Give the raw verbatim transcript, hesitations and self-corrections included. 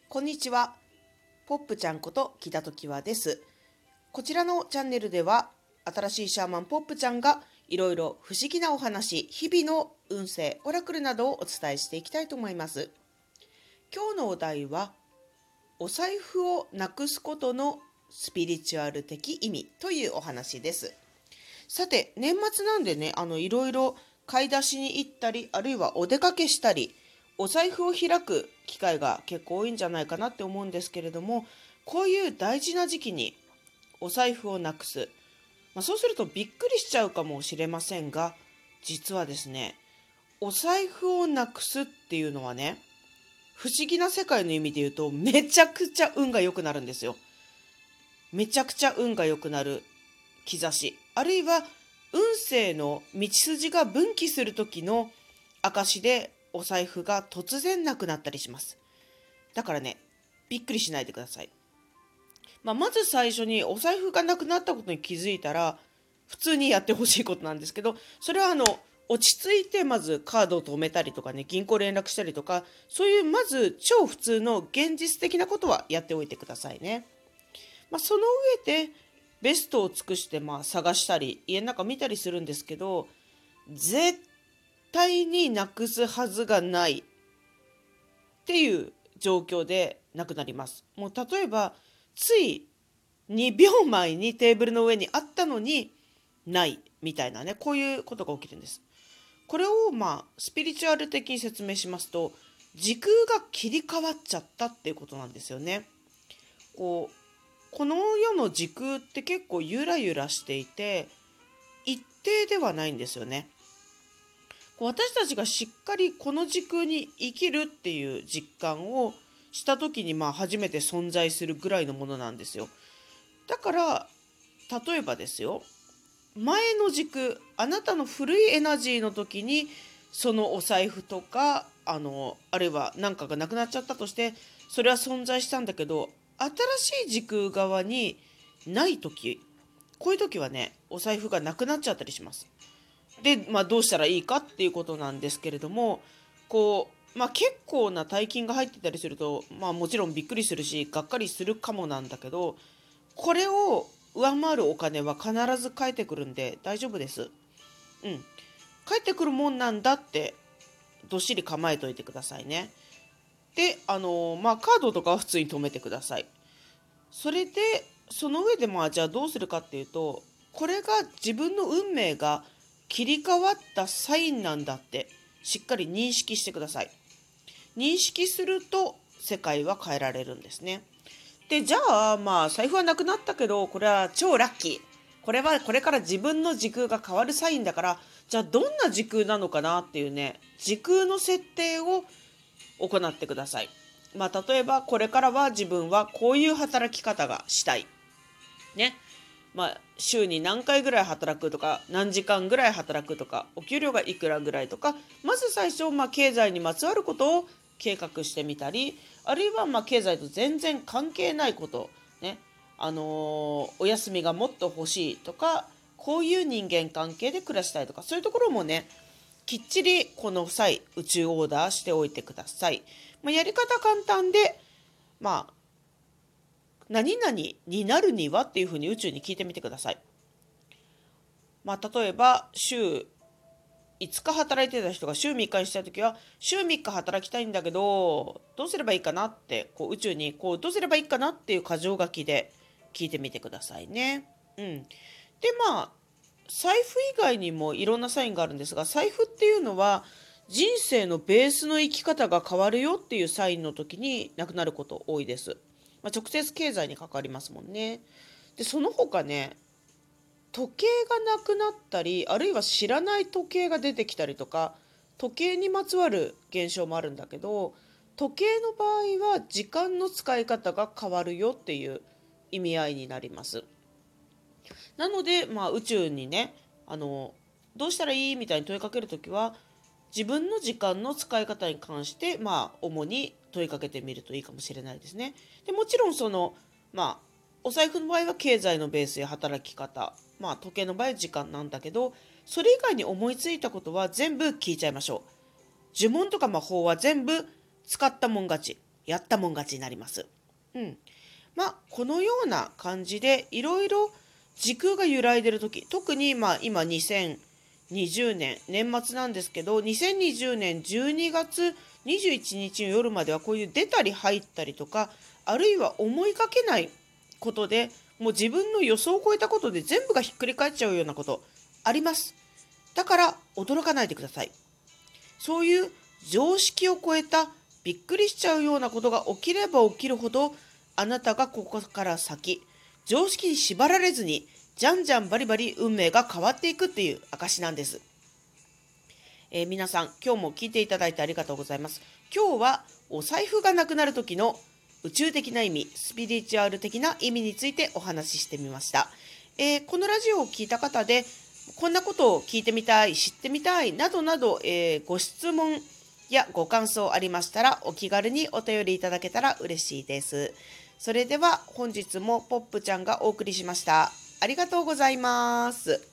こんにちは。ポップちゃんこと北時和です。こちらのチャンネルでは、新しいシャーマンポップちゃんがいろいろ不思議なお話、日々の運勢、オラクルなどをお伝えしていきたいと思います。今日のお題は、お財布をなくすことのスピリチュアル的意味というお話です。さて、年末なんでね、あのいろいろ買い出しに行ったり、あるいはお出かけしたり、お財布を開く機会が結構多いんじゃないかなって思うんですけれども、こういう大事な時期にお財布をなくす、まあ、そうするとびっくりしちゃうかもしれませんが、実はですね、お財布をなくすっていうのはね、不思議な世界の意味で言うとめちゃくちゃ運が良くなるんですよ。めちゃくちゃ運が良くなる兆し、あるいは運勢の道筋が分岐する時の証で、お財布が突然なくなったりします。だからね、びっくりしないでください。まあ、まず最初にお財布がなくなったことに気づいたら、普通にやってほしいことなんですけど、それはあの落ち着いてまずカードを止めたりとかね、銀行連絡したりとか、そういうまず超普通の現実的なことはやっておいてくださいね。まあ、その上でベストを尽くしてまあ探したり、家の中見たりするんですけど、絶対対になくすはずがないっていう状況でなくなります。もう例えばついにびょうまえにテーブルの上にあったのにないみたいなね、こういうことが起きるんです。これをまあスピリチュアル的に説明しますと、時空が切り替わっちゃったっていうことなんですよね。こうこの世の時空って結構ゆらゆらしていて一定ではないんですよね。私たちがしっかりこの時空に生きるっていう実感をした時にまあ初めて存在するぐらいのものなんですよ。だから例えばですよ、前の時空、あなたの古いエナジーの時にそのお財布とかあのあるいは何かがなくなっちゃったとして、それは存在したんだけど、新しい時空側にない時、こういう時はね、お財布がなくなっちゃったりします。で、まあ、どうしたらいいかっていうことなんですけれども、こう、まあ、結構な大金が入ってたりすると、まあ、もちろんびっくりするしがっかりするかもなんだけど、これを上回るお金は必ず返ってくるんで大丈夫です。うん、返ってくるもんなんだってどっしり構えといてくださいね。で、あのまあカードとかは普通に止めてください。それでその上でまあじゃあどうするかっていうと、これが自分の運命が切り替わったサインなんだってしっかり認識してください。認識すると世界は変えられるんですね。で、じゃあまあ財布はなくなったけど、これは超ラッキー。これはこれから自分の時空が変わるサインだから、じゃあどんな時空なのかなっていうね、時空の設定を行ってください。まあ例えばこれからは自分はこういう働き方がしたい。ね。まあ、週に何回ぐらい働くとか、何時間ぐらい働くとか、お給料がいくらぐらいとか、まず最初、まあ、経済にまつわることを計画してみたり、あるいはまあ経済と全然関係ないこと、ね、あのー、お休みがもっと欲しいとか、こういう人間関係で暮らしたいとか、そういうところもね、きっちりこの際宇宙オーダーしておいてください。まあ、やり方簡単で、まあ何々になるにはっていうふうに宇宙に聞いてみてください。まあ、例えば週いつか働いてた人が週みっかにしたいときは、週みっか働きたいんだけどどうすればいいかなって、こう宇宙にこうどうすればいいかなっていう箇条書きで聞いてみてくださいね。うん、でまあ財布以外にもいろんなサインがあるんですが、財布っていうのは人生のベースの生き方が変わるよっていうサインの時になくなること多いです。まあ、直接経済に関わりますもんね。でその他ね、時計がなくなったり、あるいは知らない時計が出てきたりとか、時計にまつわる現象もあるんだけど、時計の場合は時間の使い方が変わるよっていう意味合いになります。なので、まあ、宇宙にね、あのどうしたらいいみたいに問いかけるときは、自分の時間の使い方に関して、まあ、主に問いかけてみるといいかもしれないですね。でもちろんその、まあ、お財布の場合は経済のベースや働き方、まあ、時計の場合は時間なんだけど、それ以外に思いついたことは全部聞いちゃいましょう。呪文とか魔法は全部使ったもん勝ち。 やったもん勝ちになります。うん。まあこのような感じでいろいろ時空が揺らいでる時、特にまあ今にせんにじゅうねん年末なんですけど、にせんにじゅうねんじゅうにがつにじゅういちにちの夜まではこういう出たり入ったりとか、あるいは思いがけないことでもう自分の予想を超えたことで全部がひっくり返っちゃうようなことあります。だから驚かないでください。そういう常識を超えたびっくりしちゃうようなことが起きれば起きるほど、あなたがここから先常識に縛られずにじゃんじゃんバリバリ運命が変わっていくっていう証なんです。えー皆さん今日も聞いていただいてありがとうございます。今日はお財布がなくなる時の宇宙的な意味、スピリチュアル的な意味についてお話ししてみました。えーこのラジオを聞いた方でこんなことを聞いてみたい、知ってみたいなどなど、えーご質問やご感想ありましたらお気軽にお便りいただけたら嬉しいです。それでは本日もポップちゃんがお送りしました。ありがとうございます。